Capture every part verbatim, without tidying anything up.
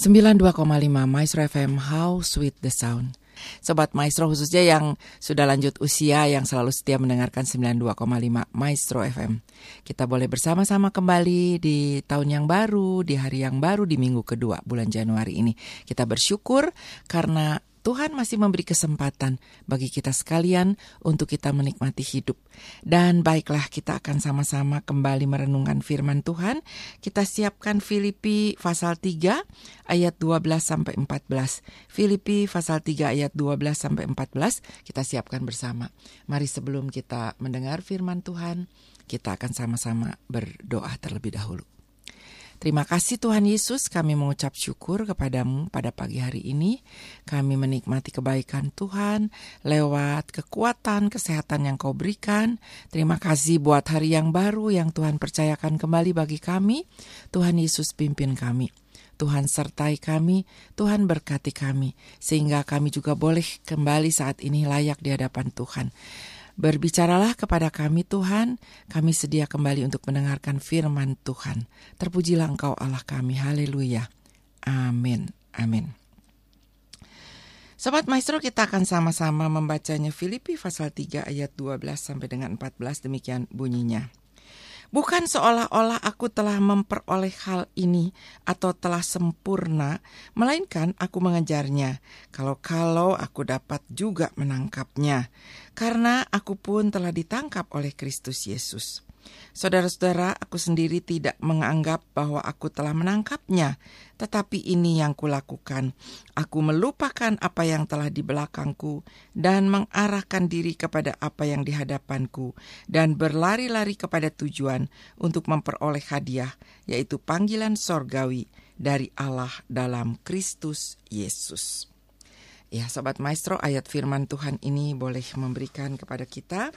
sembilan puluh dua koma lima Maestro F M, How Sweet the Sound. Sobat Maestro khususnya yang sudah lanjut usia, yang selalu setia mendengarkan sembilan puluh dua koma lima Maestro F M. Kita boleh bersama-sama kembali di tahun yang baru, di hari yang baru, di minggu kedua bulan Januari ini. Kita bersyukur karena Tuhan masih memberi kesempatan bagi kita sekalian untuk kita menikmati hidup. Dan baiklah, kita akan sama-sama kembali merenungkan firman Tuhan. Kita siapkan Filipi pasal tiga ayat dua belas sampai empat belas. Filipi pasal tiga ayat dua belas sampai empat belas kita siapkan bersama. Mari sebelum kita mendengar firman Tuhan, kita akan sama-sama berdoa terlebih dahulu. Terima kasih Tuhan Yesus, kami mengucap syukur kepadamu pada pagi hari ini. Kami menikmati kebaikan Tuhan lewat kekuatan, kesehatan yang kau berikan. Terima kasih buat hari yang baru yang Tuhan percayakan kembali bagi kami. Tuhan Yesus pimpin kami. Tuhan sertai kami, Tuhan berkati kami. Sehingga kami juga boleh kembali saat ini layak di hadapan Tuhan. Berbicaralah kepada kami Tuhan, kami sedia kembali untuk mendengarkan firman Tuhan. Terpujilah Engkau Allah kami, haleluya, amin, amin. Sobat Maestro, kita akan sama-sama membacanya Filipi pasal tiga ayat dua belas sampai dengan empat belas, demikian bunyinya. Bukan seolah-olah aku telah memperoleh hal ini atau telah sempurna, melainkan aku mengejarnya, kalau-kalau aku dapat juga menangkapnya, karena aku pun telah ditangkap oleh Kristus Yesus. Saudara-saudara, aku sendiri tidak menganggap bahwa aku telah menangkapnya, tetapi ini yang kulakukan. Aku melupakan apa yang telah di belakangku dan mengarahkan diri kepada apa yang di hadapanku dan berlari-lari kepada tujuan untuk memperoleh hadiah, yaitu panggilan sorgawi dari Allah dalam Kristus Yesus. Ya, Sobat Maestro, ayat firman Tuhan ini boleh memberikan kepada kita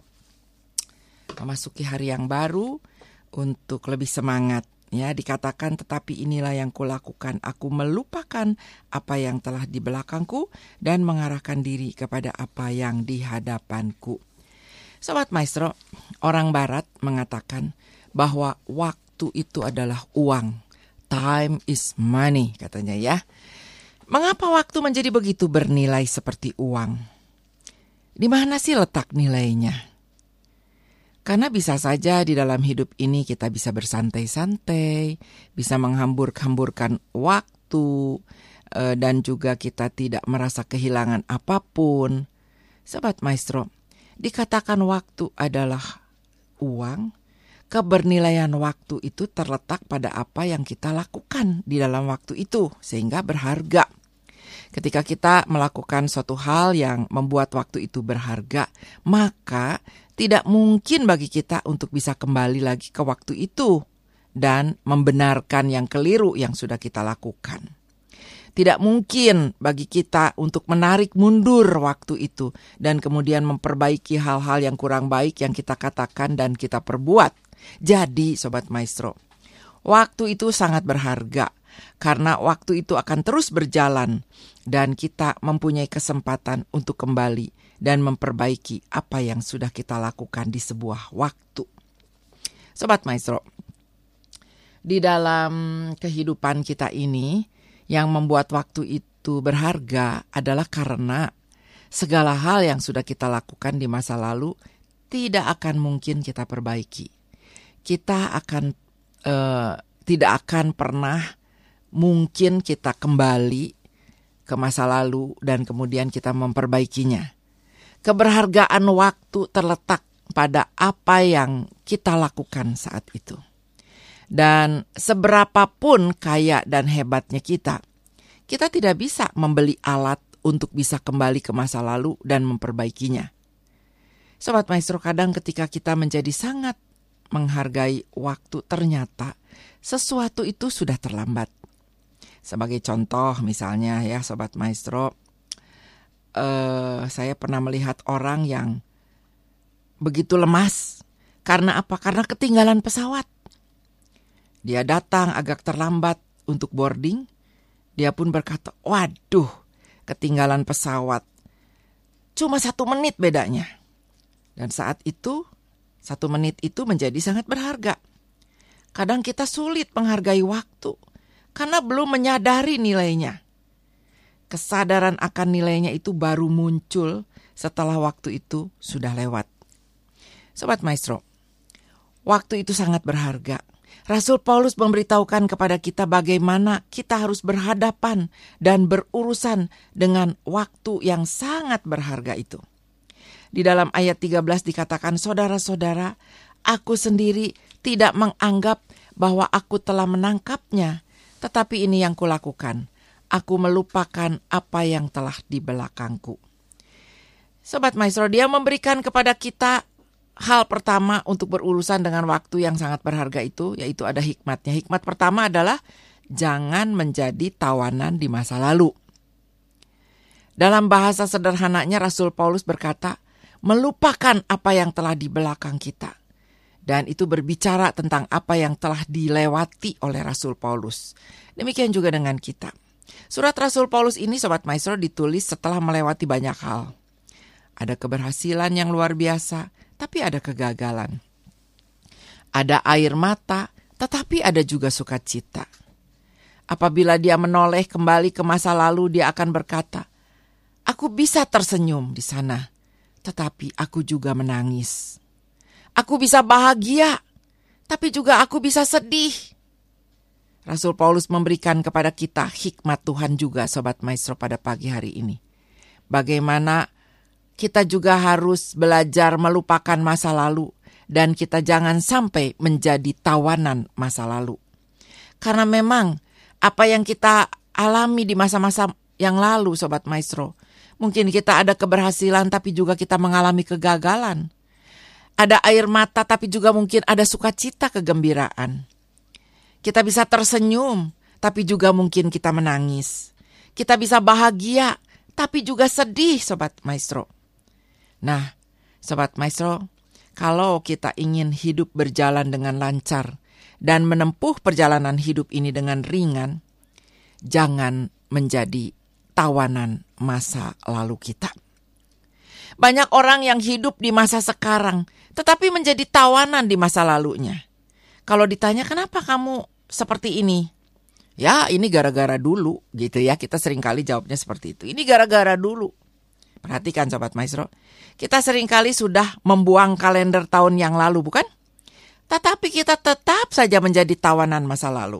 memasuki hari yang baru untuk lebih semangat. Ya, dikatakan tetapi inilah yang kulakukan, aku melupakan apa yang telah di belakangku dan mengarahkan diri kepada apa yang di hadapanku. Sobat Maestro, orang barat mengatakan bahwa waktu itu adalah uang. Time is money, katanya ya. Mengapa waktu menjadi begitu bernilai seperti uang? Di mana sih letak nilainya? Karena bisa saja di dalam hidup ini kita bisa bersantai-santai, bisa menghambur-hamburkan waktu, dan juga kita tidak merasa kehilangan apapun. Sobat Maestro, dikatakan waktu adalah uang, kebernilaian waktu itu terletak pada apa yang kita lakukan di dalam waktu itu, sehingga berharga. Ketika kita melakukan suatu hal yang membuat waktu itu berharga, maka tidak mungkin bagi kita untuk bisa kembali lagi ke waktu itu dan membenarkan yang keliru yang sudah kita lakukan. Tidak mungkin bagi kita untuk menarik mundur waktu itu dan kemudian memperbaiki hal-hal yang kurang baik yang kita katakan dan kita perbuat. Jadi, Sobat Maestro, waktu itu sangat berharga karena waktu itu akan terus berjalan dan kita mempunyai kesempatan untuk kembali dan memperbaiki apa yang sudah kita lakukan di sebuah waktu. Sobat Maestro, di dalam kehidupan kita ini, yang membuat waktu itu berharga adalah karena segala hal yang sudah kita lakukan di masa lalu tidak akan mungkin kita perbaiki. Kita akan eh, tidak akan pernah mungkin kita kembali ke masa lalu dan kemudian kita memperbaikinya. Keberhargaan waktu terletak pada apa yang kita lakukan saat itu. Dan seberapapun kaya dan hebatnya kita, kita tidak bisa membeli alat untuk bisa kembali ke masa lalu dan memperbaikinya. Sobat Maestro, kadang ketika kita menjadi sangat menghargai waktu, ternyata sesuatu itu sudah terlambat. Sebagai contoh misalnya ya Sobat Maestro, Uh, saya pernah melihat orang yang begitu lemas. Karena apa? Karena ketinggalan pesawat. Dia datang agak terlambat untuk boarding. Dia pun berkata, waduh, ketinggalan pesawat. Cuma satu menit bedanya. Dan saat itu, satu menit itu menjadi sangat berharga. Kadang kita sulit menghargai waktu. karena belum menyadari nilainya. Kesadaran akan nilainya itu baru muncul setelah waktu itu sudah lewat. Sobat Maestro, waktu itu sangat berharga. Rasul Paulus memberitahukan kepada kita bagaimana kita harus berhadapan dan berurusan dengan waktu yang sangat berharga itu. Di dalam ayat tiga belas dikatakan, saudara-saudara, aku sendiri tidak menganggap bahwa aku telah menangkapnya, tetapi ini yang kulakukan. Aku melupakan apa yang telah di belakangku. Sobat Maestro, dia memberikan kepada kita hal pertama untuk berurusan dengan waktu yang sangat berharga itu, yaitu ada hikmatnya. Hikmat pertama adalah jangan menjadi tawanan di masa lalu. Dalam bahasa sederhananya Rasul Paulus berkata, melupakan apa yang telah di belakang kita. Dan itu berbicara tentang apa yang telah dilewati oleh Rasul Paulus. Demikian juga dengan kita. Surat Rasul Paulus ini, Sobat Maestro, ditulis setelah melewati banyak hal. Ada keberhasilan yang luar biasa, tapi ada kegagalan. Ada air mata, tetapi ada juga sukacita. Apabila dia menoleh kembali ke masa lalu, dia akan berkata, aku bisa tersenyum di sana, tetapi aku juga menangis. Aku bisa bahagia, tapi juga aku bisa sedih. Rasul Paulus memberikan kepada kita hikmat Tuhan juga, Sobat Maestro, pada pagi hari ini. Bagaimana kita juga harus belajar melupakan masa lalu dan kita jangan sampai menjadi tawanan masa lalu. Karena memang apa yang kita alami di masa-masa yang lalu, Sobat Maestro, mungkin kita ada keberhasilan tapi juga kita mengalami kegagalan. Ada air mata tapi juga mungkin ada sukacita, kegembiraan. Kita bisa tersenyum tapi juga mungkin kita menangis. Kita bisa bahagia tapi juga sedih, Sobat Maestro. Nah, Sobat Maestro, kalau kita ingin hidup berjalan dengan lancar dan menempuh perjalanan hidup ini dengan ringan, jangan menjadi tawanan masa lalu kita. Banyak orang yang hidup di masa sekarang, tetapi menjadi tawanan di masa lalunya. Kalau ditanya, kenapa kamu seperti ini? Ya, ini gara-gara dulu, gitu ya. Kita seringkali jawabnya seperti itu. Ini gara-gara dulu. Perhatikan Sobat Maestro, kita seringkali sudah membuang kalender tahun yang lalu, bukan? Tetapi kita tetap saja menjadi tawanan masa lalu.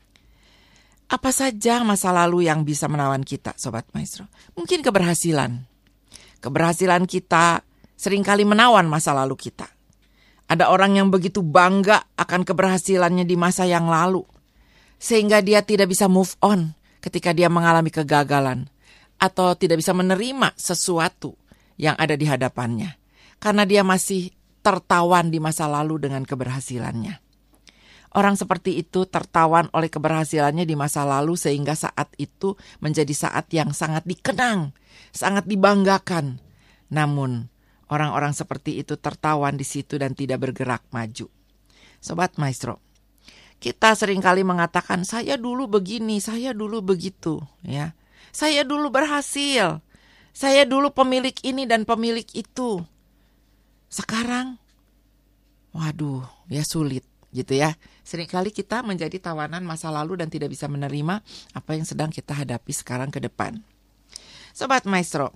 Apa saja masa lalu yang bisa menawan kita, Sobat Maestro? Mungkin keberhasilan. Keberhasilan kita seringkali menawan masa lalu kita. Ada orang yang begitu bangga akan keberhasilannya di masa yang lalu, sehingga dia tidak bisa move on ketika dia mengalami kegagalan. Atau tidak bisa menerima sesuatu yang ada di hadapannya. Karena dia masih tertawan di masa lalu dengan keberhasilannya. Orang seperti itu tertawan oleh keberhasilannya di masa lalu sehingga saat itu menjadi saat yang sangat dikenang, sangat dibanggakan. Namun orang-orang seperti itu tertawan di situ dan tidak bergerak maju. Sobat Maestro, kita seringkali mengatakan saya dulu begini, saya dulu begitu, ya. Saya dulu berhasil. Saya dulu pemilik ini dan pemilik itu. Sekarang, waduh, ya sulit gitu ya. Seringkali kita menjadi tawanan masa lalu dan tidak bisa menerima apa yang sedang kita hadapi sekarang ke depan. Sobat Maestro,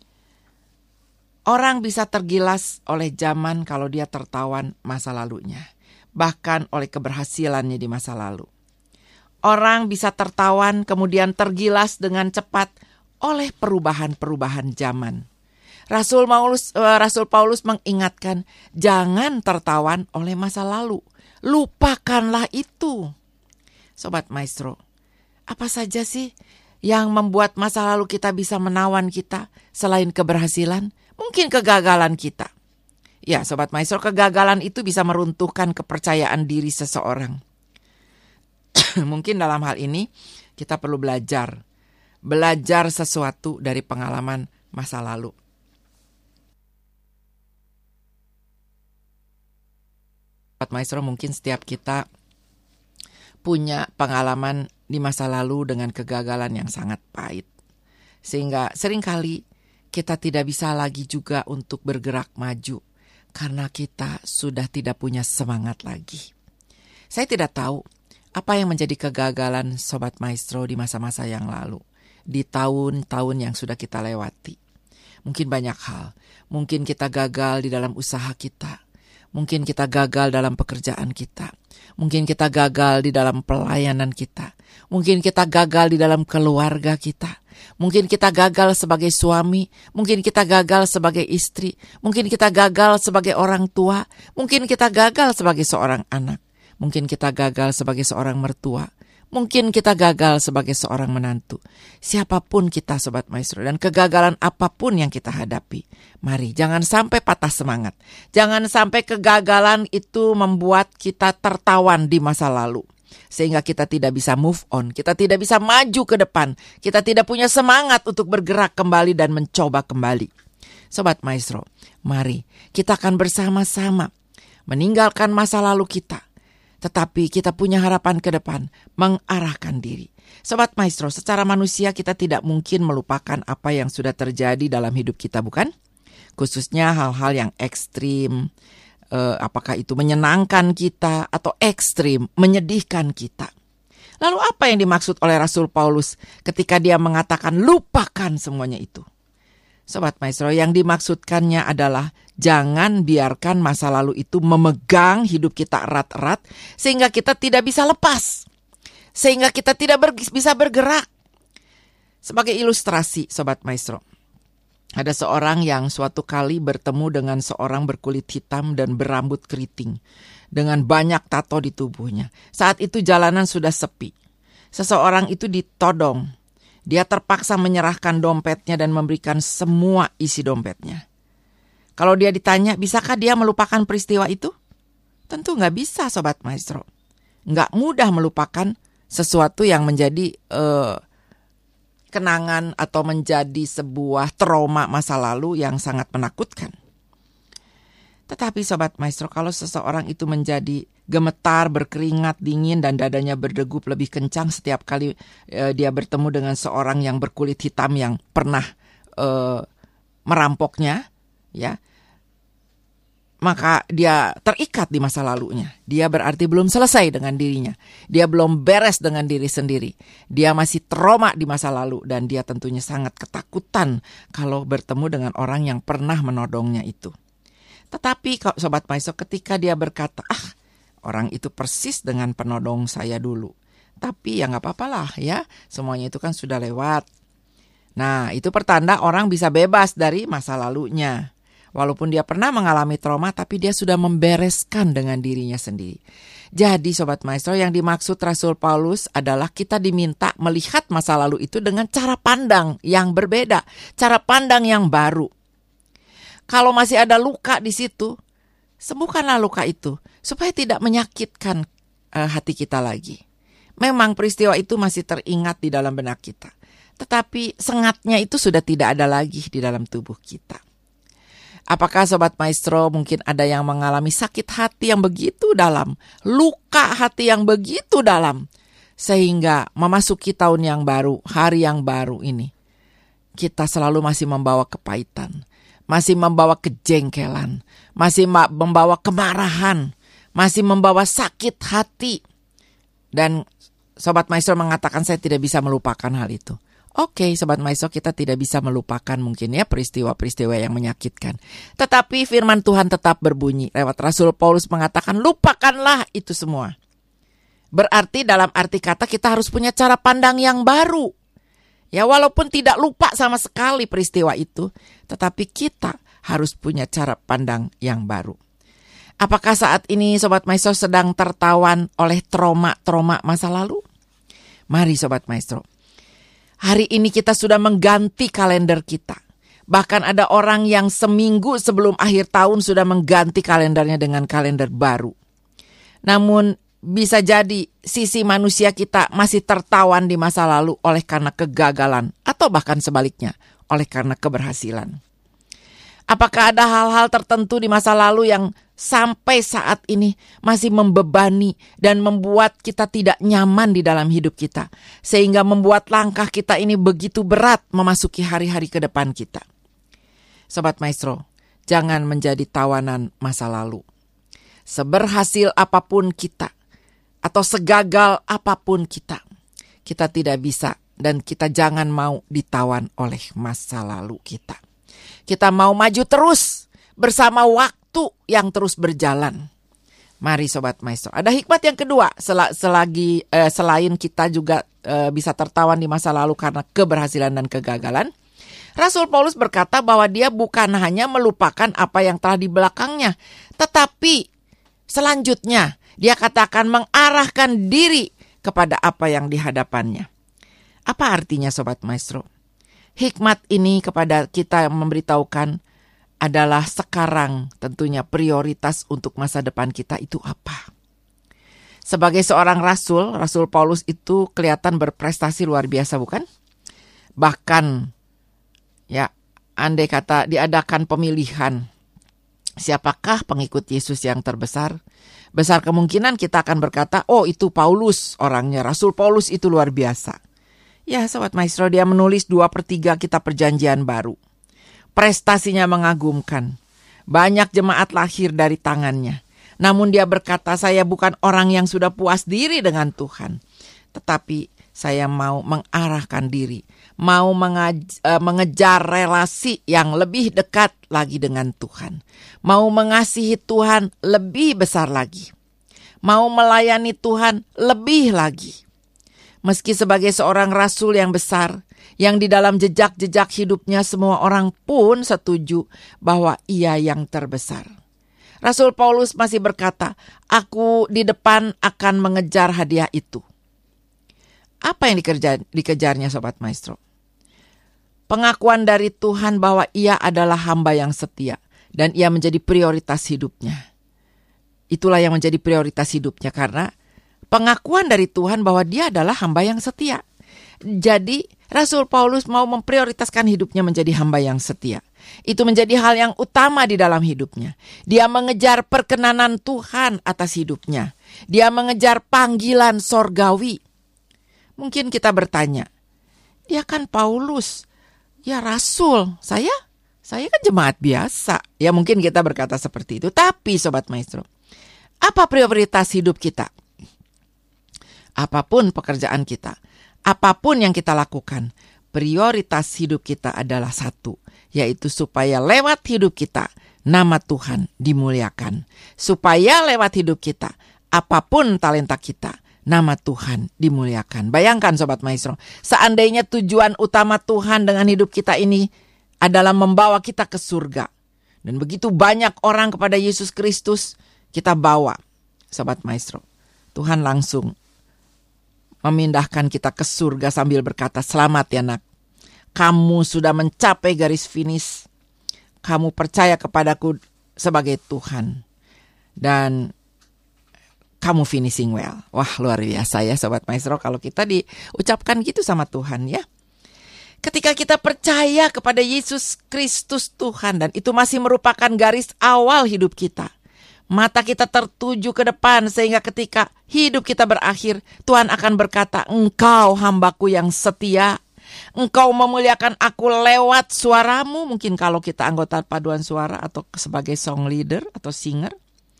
orang bisa tergilas oleh zaman kalau dia tertawan masa lalunya. Bahkan oleh keberhasilannya di masa lalu. Orang bisa tertawan kemudian tergilas dengan cepat oleh perubahan-perubahan zaman. Rasul Paulus, Rasul Paulus mengingatkan, jangan tertawan oleh masa lalu. Lupakanlah itu. Sobat Maestro, apa saja sih yang membuat masa lalu kita bisa menawan kita selain keberhasilan? Mungkin kegagalan kita. Ya, Sobat Maestro, kegagalan itu bisa meruntuhkan kepercayaan diri seseorang. Mungkin dalam hal ini kita perlu belajar. Belajar sesuatu dari pengalaman masa lalu. Maestro, mungkin setiap kita punya pengalaman di masa lalu dengan kegagalan yang sangat pahit. Sehingga seringkali kita tidak bisa lagi juga untuk bergerak maju. Karena kita sudah tidak punya semangat lagi. Saya tidak tahu Apa yang menjadi kegagalan Sobat Maestro di masa-masa yang lalu? Di tahun-tahun yang sudah kita lewati. Mungkin banyak hal. Mungkin kita gagal di dalam usaha kita. Mungkin kita gagal dalam pekerjaan kita. Mungkin kita gagal di dalam pelayanan kita. Mungkin kita gagal di dalam keluarga kita. Mungkin kita gagal sebagai suami. Mungkin kita gagal sebagai istri. Mungkin kita gagal sebagai orang tua. Mungkin kita gagal sebagai seorang anak. Mungkin kita gagal sebagai seorang mertua. Mungkin kita gagal sebagai seorang menantu. Siapapun kita Sobat Maestro, dan kegagalan apapun yang kita hadapi, mari jangan sampai patah semangat. Jangan sampai kegagalan itu membuat kita tertawan di masa lalu. Sehingga kita tidak bisa move on, kita tidak bisa maju ke depan. Kita tidak punya semangat untuk bergerak kembali dan mencoba kembali. Sobat Maestro, mari kita akan bersama-sama meninggalkan masa lalu kita. Tetapi kita punya harapan ke depan, mengarahkan diri. Sobat Maestro, secara manusia kita tidak mungkin melupakan apa yang sudah terjadi dalam hidup kita, bukan? Khususnya hal-hal yang ekstrim, eh, apakah itu menyenangkan kita atau ekstrim, menyedihkan kita. Lalu apa yang dimaksud oleh Rasul Paulus ketika dia mengatakan lupakan semuanya itu? Sobat Maestro, yang dimaksudkannya adalah jangan biarkan masa lalu itu memegang hidup kita erat-erat sehingga kita tidak bisa lepas. Sehingga kita tidak ber- bisa bergerak. Sebagai ilustrasi, Sobat Maestro, ada seorang yang suatu kali bertemu dengan seorang berkulit hitam dan berambut keriting dengan banyak tato di tubuhnya. Saat itu jalanan sudah sepi. Seseorang itu ditodong. Dia terpaksa menyerahkan dompetnya dan memberikan semua isi dompetnya. Kalau dia ditanya, bisakah dia melupakan peristiwa itu? Tentu nggak bisa, Sobat Maestro. Nggak mudah melupakan sesuatu yang menjadi uh, kenangan atau menjadi sebuah trauma masa lalu yang sangat menakutkan. Tetapi Sobat Maestro, kalau seseorang itu menjadi gemetar, berkeringat, dingin, dan dadanya berdegup lebih kencang setiap kali e, dia bertemu dengan seorang yang berkulit hitam yang pernah e, merampoknya, ya, maka dia terikat di masa lalunya. Dia berarti belum selesai dengan dirinya. Dia belum beres dengan diri sendiri. Dia masih trauma di masa lalu dan dia tentunya sangat ketakutan kalau bertemu dengan orang yang pernah menodongnya itu. Tetapi Sobat Maestro, ketika dia berkata, ah, orang itu persis dengan penodong saya dulu. Tapi ya gak apa-apalah ya, semuanya itu kan sudah lewat. Nah, itu pertanda orang bisa bebas dari masa lalunya. Walaupun dia pernah mengalami trauma, tapi dia sudah membereskan dengan dirinya sendiri. Jadi Sobat Maestro, yang dimaksud Rasul Paulus adalah kita diminta melihat masa lalu itu dengan cara pandang yang berbeda. Cara pandang yang baru. Kalau masih ada luka di situ, sembuhkanlah luka itu supaya tidak menyakitkan uh, hati kita lagi. Memang peristiwa itu masih teringat di dalam benak kita, tetapi sengatnya itu sudah tidak ada lagi di dalam tubuh kita. Apakah Sobat Maestro mungkin ada yang mengalami sakit hati yang begitu dalam, luka hati yang begitu dalam, sehingga memasuki tahun yang baru, hari yang baru ini, kita selalu masih membawa kepahitan, masih membawa kejengkelan, masih membawa kemarahan, masih membawa sakit hati. Dan Sobat Maestro mengatakan saya tidak bisa melupakan hal itu. Oke, Sobat Maestro, kita tidak bisa melupakan mungkin ya peristiwa-peristiwa yang menyakitkan. Tetapi firman Tuhan tetap berbunyi lewat Rasul Paulus mengatakan lupakanlah itu semua. Berarti dalam arti kata kita harus punya cara pandang yang baru. Ya, walaupun tidak lupa sama sekali peristiwa itu, tetapi kita harus punya cara pandang yang baru. Apakah saat ini Sobat Maestro sedang tertawan oleh trauma-trauma masa lalu? Mari Sobat Maestro. Hari ini kita sudah mengganti kalender kita. Bahkan ada orang yang seminggu sebelum akhir tahun sudah mengganti kalendernya dengan kalender baru. Namun bisa jadi sisi manusia kita masih tertawan di masa lalu oleh karena kegagalan atau bahkan sebaliknya oleh karena keberhasilan. Apakah ada hal-hal tertentu di masa lalu yang sampai saat ini masih membebani dan membuat kita tidak nyaman di dalam hidup kita, sehingga membuat langkah kita ini begitu berat memasuki hari-hari ke depan kita? Sobat Maestro, jangan menjadi tawanan masa lalu. Seberhasil apapun kita, atau segagal apapun kita, kita tidak bisa dan kita jangan mau ditawan oleh masa lalu kita. Kita mau maju terus bersama waktu yang terus berjalan. Mari Sobat Maestro, ada hikmat yang kedua sel- selagi eh, selain kita juga eh, bisa tertawan di masa lalu karena keberhasilan dan kegagalan. Rasul Paulus berkata bahwa dia bukan hanya melupakan apa yang telah di belakangnya, tetapi selanjutnya dia katakan mengarahkan diri kepada apa yang di hadapannya. Apa artinya Sobat Maestro? Hikmat ini kepada kita yang memberitahukan adalah sekarang tentunya prioritas untuk masa depan kita itu apa. Sebagai seorang rasul, Rasul Paulus itu kelihatan berprestasi luar biasa bukan? Bahkan ya andai kata diadakan pemilihan siapakah pengikut Yesus yang terbesar, besar kemungkinan kita akan berkata, oh itu Paulus orangnya, Rasul Paulus itu luar biasa. Ya Sobat Maestro, dia menulis dua per tiga kitab perjanjian baru. Prestasinya mengagumkan. Banyak jemaat lahir dari tangannya. Namun dia berkata, saya bukan orang yang sudah puas diri dengan Tuhan. Tetapi saya mau mengarahkan diri. Mau mengaj- uh, mengejar relasi yang lebih dekat lagi dengan Tuhan. Mau mengasihi Tuhan lebih besar lagi. Mau melayani Tuhan lebih lagi. Meski sebagai seorang rasul yang besar, yang di dalam jejak-jejak hidupnya semua orang pun setuju bahwa ia yang terbesar. Rasul Paulus masih berkata, aku di depan akan mengejar hadiah itu. Apa yang dikejar, dikejarnya Sobat Maestro? Pengakuan dari Tuhan bahwa ia adalah hamba yang setia dan ia menjadi prioritas hidupnya. Itulah yang menjadi prioritas hidupnya karena pengakuan dari Tuhan bahwa dia adalah hamba yang setia. Jadi Rasul Paulus mau memprioritaskan hidupnya menjadi hamba yang setia. Itu menjadi hal yang utama di dalam hidupnya. Dia mengejar perkenanan Tuhan atas hidupnya. Dia mengejar panggilan sorgawi. Mungkin kita bertanya, dia kan Paulus, ya rasul, saya, saya kan jemaat biasa. Ya mungkin kita berkata seperti itu. Tapi Sobat Maestro, apa prioritas hidup kita? Apapun pekerjaan kita, apapun yang kita lakukan, prioritas hidup kita adalah satu, yaitu supaya lewat hidup kita, nama Tuhan dimuliakan. Supaya lewat hidup kita, apapun talenta kita, nama Tuhan dimuliakan. Bayangkan Sobat Maestro, seandainya tujuan utama Tuhan dengan hidup kita ini adalah membawa kita ke surga. Dan begitu banyak orang kepada Yesus Kristus kita bawa, Sobat Maestro. Tuhan langsung memindahkan kita ke surga sambil berkata, selamat ya nak, kamu sudah mencapai garis finish, kamu percaya kepadaku sebagai Tuhan, dan kamu finishing well. Wah luar biasa ya Sobat Maestro kalau kita diucapkan gitu sama Tuhan ya. Ketika kita percaya kepada Yesus Kristus Tuhan, dan itu masih merupakan garis awal hidup kita, mata kita tertuju ke depan sehingga ketika hidup kita berakhir, Tuhan akan berkata, engkau hambaku yang setia, engkau memuliakan aku lewat suaramu. Mungkin kalau kita anggota paduan suara atau sebagai song leader atau singer,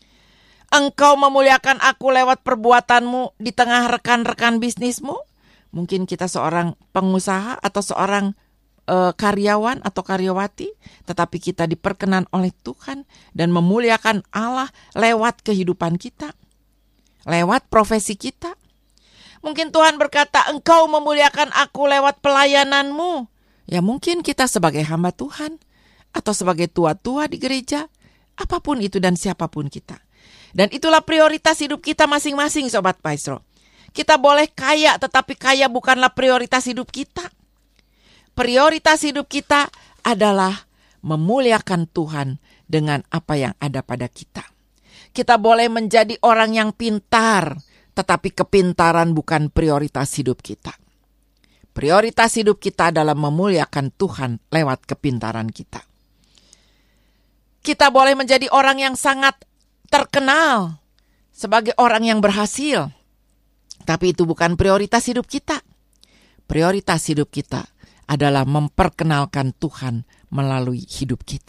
engkau memuliakan aku lewat perbuatanmu di tengah rekan-rekan bisnismu. Mungkin kita seorang pengusaha atau seorang uh, karyawan atau karyawati, tetapi kita diperkenan oleh Tuhan dan memuliakan Allah lewat kehidupan kita, lewat profesi kita. Mungkin Tuhan berkata, engkau memuliakan aku lewat pelayananmu. Ya mungkin kita sebagai hamba Tuhan atau sebagai tua-tua di gereja, apapun itu dan siapapun kita. Dan itulah prioritas hidup kita masing-masing Sobat Maestro. Kita boleh kaya, tetapi kaya bukanlah prioritas hidup kita. Prioritas hidup kita adalah memuliakan Tuhan dengan apa yang ada pada kita. Kita boleh menjadi orang yang pintar, tetapi kepintaran bukan prioritas hidup kita. Prioritas hidup kita adalah memuliakan Tuhan lewat kepintaran kita. Kita boleh menjadi orang yang sangat terkenal sebagai orang yang berhasil, tapi itu bukan prioritas hidup kita. Prioritas hidup kita adalah memperkenalkan Tuhan melalui hidup kita.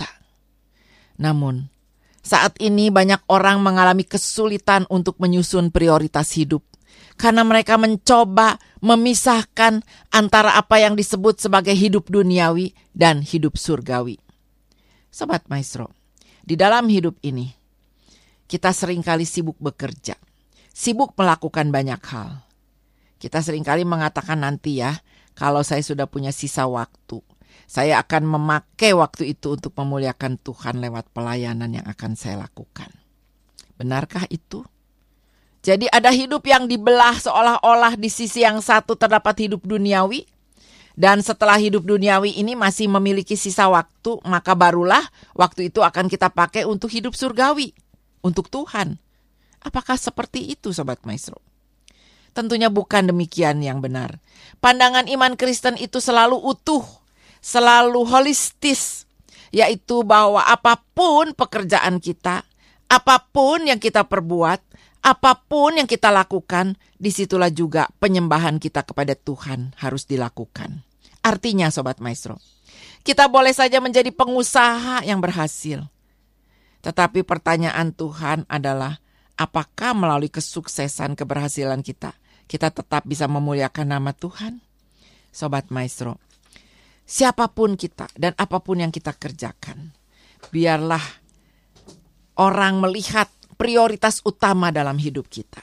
Namun, saat ini banyak orang mengalami kesulitan untuk menyusun prioritas hidup. Karena mereka mencoba memisahkan antara apa yang disebut sebagai hidup duniawi dan hidup surgawi. Sobat Maestro, di dalam hidup ini, kita seringkali sibuk bekerja, sibuk melakukan banyak hal. Kita seringkali mengatakan nanti ya, kalau saya sudah punya sisa waktu, saya akan memakai waktu itu untuk memuliakan Tuhan lewat pelayanan yang akan saya lakukan. Benarkah itu? Jadi ada hidup yang dibelah seolah-olah di sisi yang satu terdapat hidup duniawi. Dan setelah hidup duniawi ini masih memiliki sisa waktu, maka barulah waktu itu akan kita pakai untuk hidup surgawi, untuk Tuhan. Apakah seperti itu Sobat Maestro? Tentunya bukan demikian yang benar. Pandangan iman Kristen itu selalu utuh, selalu holistis, yaitu bahwa apapun pekerjaan kita, apapun yang kita perbuat, apapun yang kita lakukan, disitulah juga penyembahan kita kepada Tuhan harus dilakukan. Artinya Sobat Maestro, kita boleh saja menjadi pengusaha yang berhasil. Tetapi pertanyaan Tuhan adalah, apakah melalui kesuksesan keberhasilan kita, kita tetap bisa memuliakan nama Tuhan? Sobat Maestro, siapapun kita dan apapun yang kita kerjakan, biarlah orang melihat prioritas utama dalam hidup kita,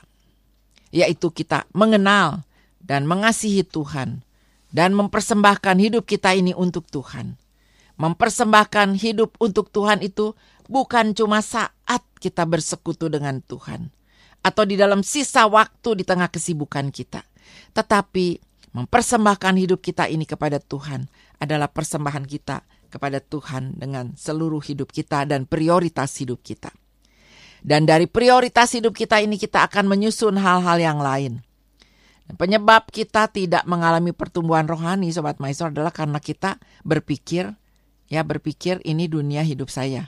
yaitu kita mengenal dan mengasihi Tuhan dan mempersembahkan hidup kita ini untuk Tuhan. Mempersembahkan hidup untuk Tuhan itu bukan cuma saat kita bersekutu dengan Tuhan atau di dalam sisa waktu di tengah kesibukan kita, tetapi mempersembahkan hidup kita ini kepada Tuhan adalah persembahan kita kepada Tuhan dengan seluruh hidup kita dan prioritas hidup kita. Dan dari prioritas hidup kita ini kita akan menyusun hal-hal yang lain. Dan penyebab kita tidak mengalami pertumbuhan rohani Sobat Maestro adalah karena kita berpikir, ya berpikir ini dunia hidup saya.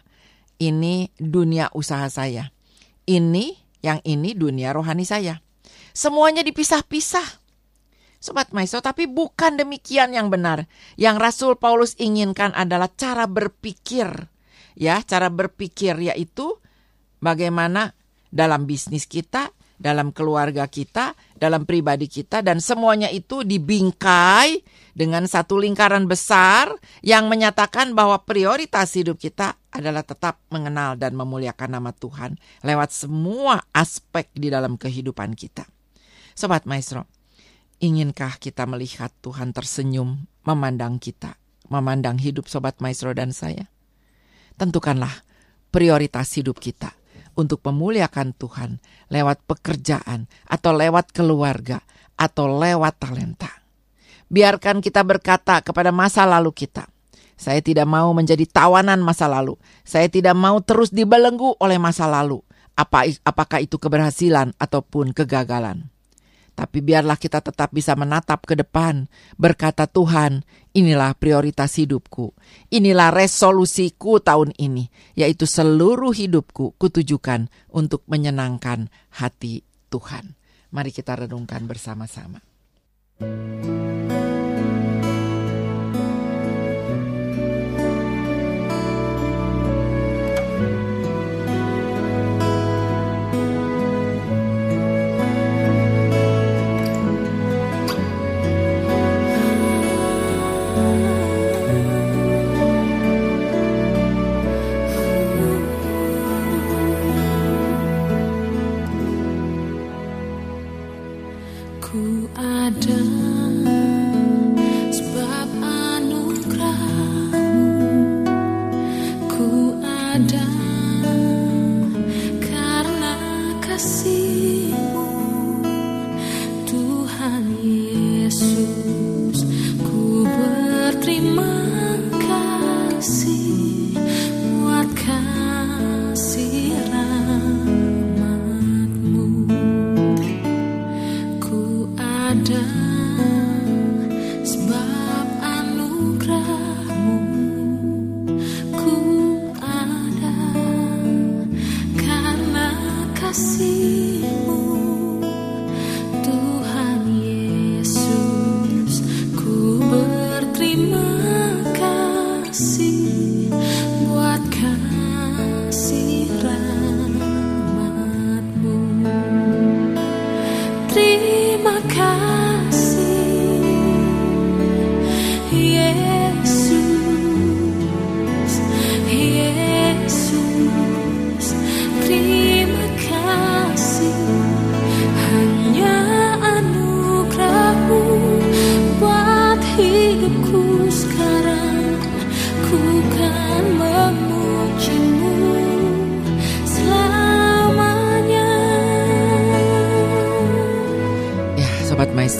Ini dunia usaha saya. Ini, yang ini dunia rohani saya. Semuanya dipisah-pisah. Sobat Maestro, tapi bukan demikian yang benar. Yang Rasul Paulus inginkan adalah cara berpikir. Ya, cara berpikir yaitu bagaimana dalam bisnis kita, dalam keluarga kita, dalam pribadi kita, dan semuanya itu dibingkai dengan satu lingkaran besar yang menyatakan bahwa prioritas hidup kita adalah tetap mengenal dan memuliakan nama Tuhan lewat semua aspek di dalam kehidupan kita. Sobat Maestro, inginkah kita melihat Tuhan tersenyum memandang kita, memandang hidup Sobat Maestro dan saya? Tentukanlah prioritas hidup kita untuk memuliakan Tuhan lewat pekerjaan atau lewat keluarga atau lewat talenta. Biarkan kita berkata kepada masa lalu kita, saya tidak mau menjadi tawanan masa lalu. Saya tidak mau terus dibelenggu oleh masa lalu. Apa, apakah itu keberhasilan ataupun kegagalan. Tapi biarlah kita tetap bisa menatap ke depan, berkata Tuhan, inilah prioritas hidupku. Inilah resolusiku tahun ini, yaitu seluruh hidupku kutujukan untuk menyenangkan hati Tuhan. Mari kita renungkan bersama-sama. Ku ada sebab anugerah-Mu, ku ada karena kasih-Mu, Tuhan Yesus. Ku berterima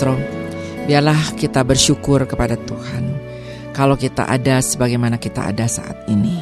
Maestro, biarlah kita bersyukur kepada Tuhan kalau kita ada sebagaimana kita ada saat ini.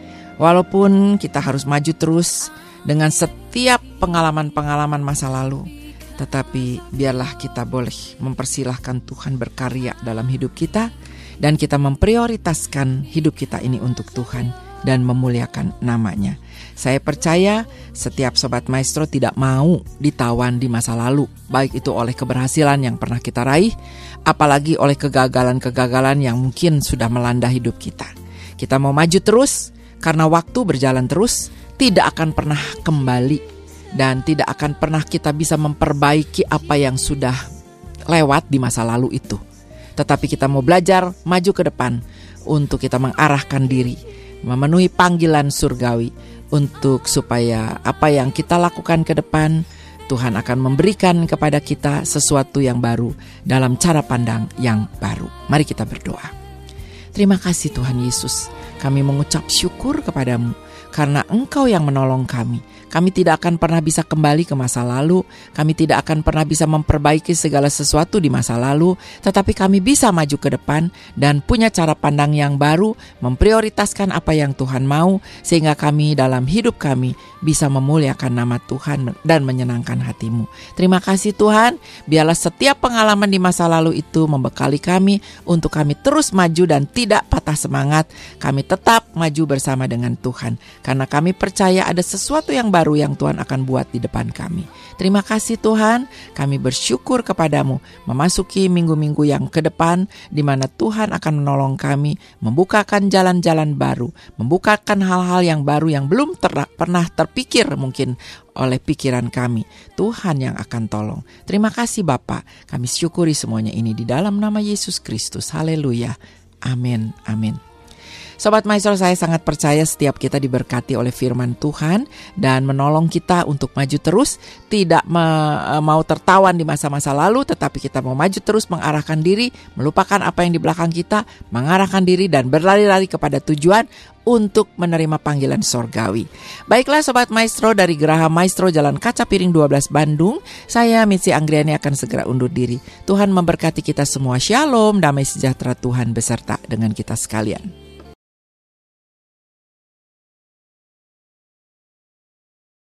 Walaupun kita harus maju terus dengan setiap pengalaman-pengalaman masa lalu, tetapi biarlah kita boleh mempersilahkan Tuhan berkarya dalam hidup kita, dan kita memprioritaskan hidup kita ini untuk Tuhan dan memuliakan namanya. Saya percaya setiap Sobat Maestro tidak mau ditawan di masa lalu, baik itu oleh keberhasilan yang pernah kita raih, apalagi oleh kegagalan-kegagalan yang mungkin sudah melanda hidup kita. Kita mau maju terus, karena waktu berjalan terus, tidak akan pernah kembali, dan tidak akan pernah kita bisa memperbaiki apa yang sudah lewat di masa lalu itu. Tetapi kita mau belajar maju ke depan untuk kita mengarahkan diri, memenuhi panggilan surgawi, untuk supaya apa yang kita lakukan ke depan, Tuhan akan memberikan kepada kita sesuatu yang baru dalam cara pandang yang baru. Mari kita berdoa. Terima kasih Tuhan Yesus, kami mengucap syukur kepadamu karena Engkau yang menolong kami. Kami tidak akan pernah bisa kembali ke masa lalu, kami tidak akan pernah bisa memperbaiki segala sesuatu di masa lalu, tetapi kami bisa maju ke depan dan punya cara pandang yang baru, memprioritaskan apa yang Tuhan mau, sehingga kami dalam hidup kami bisa memuliakan nama Tuhan dan menyenangkan hati-Mu. Terima kasih Tuhan, biarlah setiap pengalaman di masa lalu itu membekali kami untuk kami terus maju dan tidak patah semangat. Kami tetap maju bersama dengan Tuhan, karena kami percaya ada sesuatu yang baru yang Tuhan akan buat di depan kami. Terima kasih Tuhan, kami bersyukur kepadamu memasuki minggu-minggu yang ke depan, di mana Tuhan akan menolong kami, membukakan jalan-jalan baru, membukakan hal-hal yang baru yang belum ter- pernah terpikir mungkin oleh pikiran kami. Tuhan yang akan tolong. Terima kasih Bapa, kami syukuri semuanya ini di dalam nama Yesus Kristus. Haleluya. Amin. Amin. Sobat Maestro, saya sangat percaya setiap kita diberkati oleh firman Tuhan dan menolong kita untuk maju terus, tidak me- mau tertawan di masa-masa lalu, tetapi kita mau maju terus, mengarahkan diri, melupakan apa yang di belakang kita, mengarahkan diri dan berlari-lari kepada tujuan untuk menerima panggilan sorgawi. Baiklah Sobat Maestro, dari Geraha Maestro Jalan Kaca Piring dua belas Bandung, saya Mitzi Anggriani akan segera undur diri. Tuhan memberkati kita semua. Shalom, damai sejahtera Tuhan beserta dengan kita sekalian.